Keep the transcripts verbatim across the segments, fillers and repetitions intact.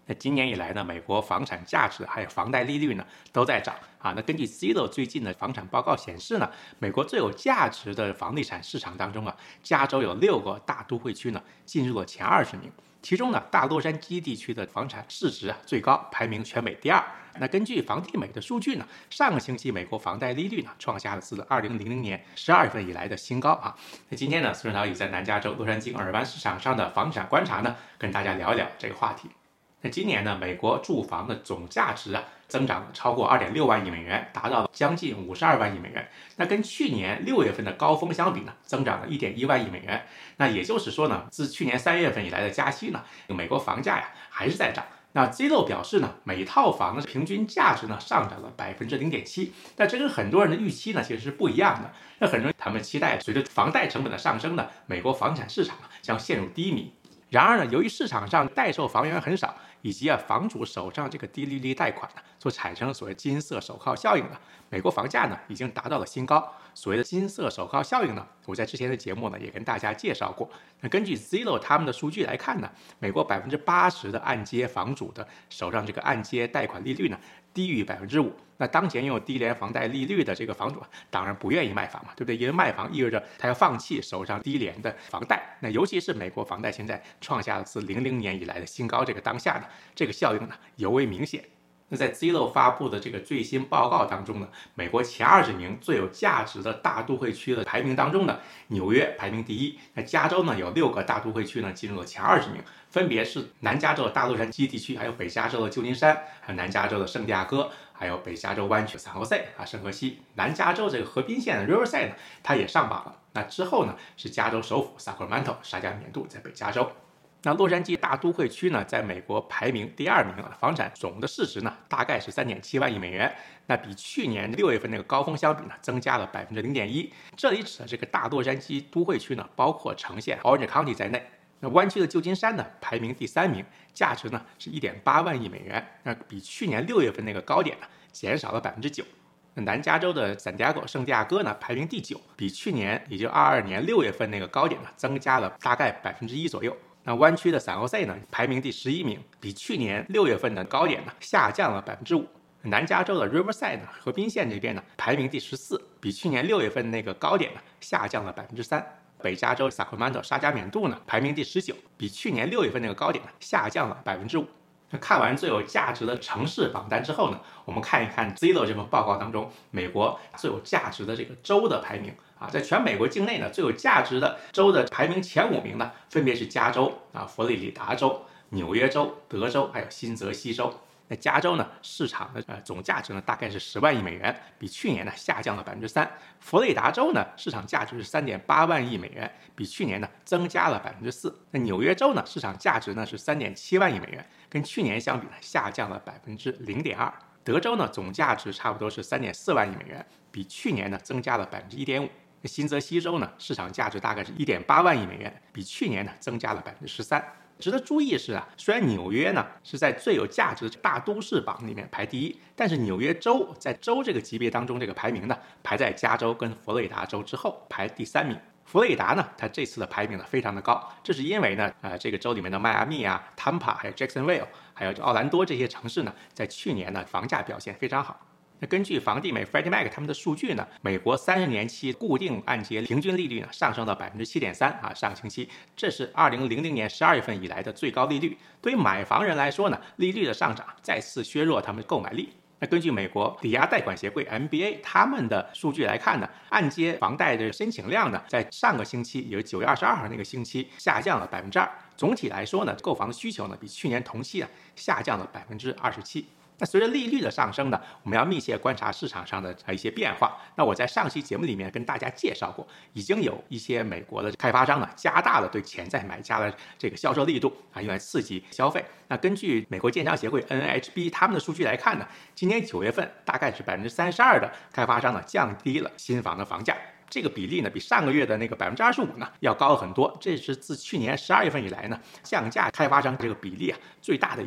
那今年以来呢，美国房产价值还有房贷利率呢都在涨啊。那根据 Zillow 最近的房产报告显示呢，美国最有价值的房地产市场当中啊，加州有六个大都会区呢进入了前二十名。其中呢，大洛杉矶地区的房产市值啊最高，排名全美第二。那根据房地美的数据呢，上个星期美国房贷利率呢创下了自二零零零年十二月份以来的新高啊。那今天呢，孙导以在南加州洛杉矶尔湾市场上的房产观察呢，跟大家聊一聊这个话题。那今年呢，美国住房的总价值啊增长超过 二点六万亿美元，达到将近五十二万亿美元。那跟去年六月份的高峰相比呢，增长了 一点一万亿美元。那也就是说呢，自去年三月份以来的加息呢，美国房价呀还是在涨。那 Zillow 表示呢，每套房的平均价值呢上涨了 百分之零点七， 但这跟很多人的预期呢其实是不一样的。那很多人他们期待随着房贷成本的上升呢，美国房产市场啊将陷入低迷。然而呢，由于市场上待售房源很少，以及啊房主手上这个低利率贷款呢所产生的所谓金色手铐效应呢，美国房价呢已经达到了新高。所谓的金色手铐效应呢，我在之前的节目呢也跟大家介绍过。那根据 Zillow 他们的数据来看呢，美国 百分之八十 的按揭房主的手上这个按揭贷款利率呢低于 百分之五。那当前拥有低廉房贷利率的这个房主当然不愿意卖房嘛，对不对？因为卖房意味着他要放弃手上低廉的房贷。那尤其是美国房贷现在创下了自零零年以来的新高，这个当下呢，这个效应呢尤为明显。那在 Zillow 发布的这个最新报告当中呢，美国前二十名最有价值的大都会区的排名当中呢，纽约排名第一。那加州呢有六个大都会区呢进入了前二十名，分别是南加州的大洛杉矶地区，还有北加州的旧金山，还有南加州的圣地亚哥，还有北加州湾区 San Jose 啊圣荷西。南加州这个河滨县的 Riverside 呢，它也上榜了。那之后呢是加州首府 Sacramento 沙加缅度，在北加州。那洛杉矶大都会区呢，在美国排名第二名啊，房产总的市值呢大概是 三点七万亿美元。那比去年六月份那个高峰相比呢，增加了 百分之零点一。这里指的这个大洛杉矶都会区呢，包括城县 Orange County 在内。那湾区的旧金山呢，排名第三名，价值呢是 一点八万亿美元。那比去年六月份那个高点呢，减少了 百分之九。南加州的散地亚哥圣地亚哥呢排名第九，比去年也就二二年六月份那个高点呢，增加了大概 百分之一左右。那湾区的 San Jose 呢排名第十一名，比去年六月份的高点呢下降了 百分之五。南加州的 Riverside 呢河滨县这边呢排名第十四，比去年六月份那个高点呢下降了 百分之三。北加州 Sacramento 沙加缅度呢排名第十九，比去年六月份那个高点呢下降了 百分之五。那看完最有价值的城市榜单之后呢，我们看一看 Zillow 这份报告当中美国最有价值的这个州的排名啊，在全美国境内呢，最有价值的州的排名前五名呢，分别是加州啊、佛罗里达州、纽约州、德州，还有新泽西州。那加州呢，市场的呃总价值呢大概是十万亿美元，比去年呢下降了 百分之三。佛罗里达州呢，市场价值是 三点八万亿美元，比去年呢增加了 百分之四。那纽约州呢，市场价值呢是 三点七万亿美元，跟去年相比呢下降了 百分之零点二。德州呢，总价值差不多是 三点四万亿美元，比去年呢增加了 百分之一点五。新泽西州呢，市场价值大概是 一点八万亿美元，比去年呢增加了 百分之十三。值得注意是啊，虽然纽约呢是在最有价值大都市榜里面排第一，但是纽约州在州这个级别当中，这个排名呢排在加州跟佛罗里达州之后，排第三名。佛罗里达呢，它这次的排名呢非常的高，这是因为呢，呃，这个州里面的迈阿密啊、坦帕还有 Jacksonville 还有奥兰多这些城市呢，在去年呢房价表现非常好。那根据房地美 Freddie Mac 他们的数据呢，美国三十年期固定按揭平均利率呢上升到 百分之七点三 啊，上个星期这是二零零零年十二月份以来的最高利率。对于买房人来说呢，利率的上涨再次削弱他们的购买力。那根据美国抵押贷款协会 M B A 他们的数据来看呢，按揭房贷的申请量呢，在上个星期，也就是九月二十二号那个星期下降了 百分之二。总体来说呢，购房的需求呢比去年同期啊下降了 百分之二十七。那随着利率的上升呢，我们要密切观察市场上的一些变化。那我在上期节目里面跟大家介绍过，已经有一些美国的开发商呢，加大了对潜在买家的这个销售力度啊，用来刺激消费。那根据美国建商协会 N H B 他们的数据来看呢，今年九月份大概是 百分之三十二 的开发商呢降低了新房的房价。这个比例呢，比上个月的那个 百分之二十五 呢要高很多。这是自去年十二月份以来呢，降价开发商这个比例啊最大的一次。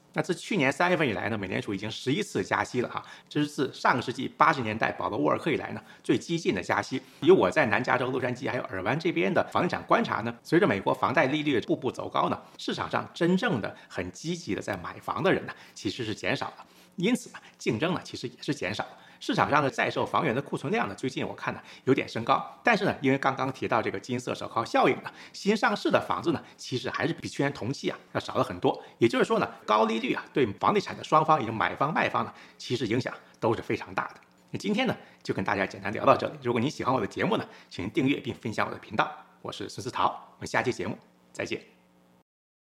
那自去年三月份以来呢，美联储已经十一次加息了哈，这是自上个世纪八十年代保罗沃尔克以来呢最激进的加息。以我在南加州洛杉矶还有尔湾这边的房地产观察呢，随着美国房贷利率步步走高呢，市场上真正的很积极的在买房的人呢，其实是减少了，因此呢，竞争呢其实也是减少了。市场上的在售房源的库存量呢，最近我看呢有点升高，但是呢，因为刚刚提到这个金色手铐效应呢，新上市的房子呢，其实还是比去年同期啊要少了很多。也就是说呢，高利率啊对房地产的双方，也就买方卖方呢，其实影响都是非常大的。那今天呢，就跟大家简单聊到这里。如果你喜欢我的节目呢，请订阅并分享我的频道。我是孙思陶，我们下期节目再见。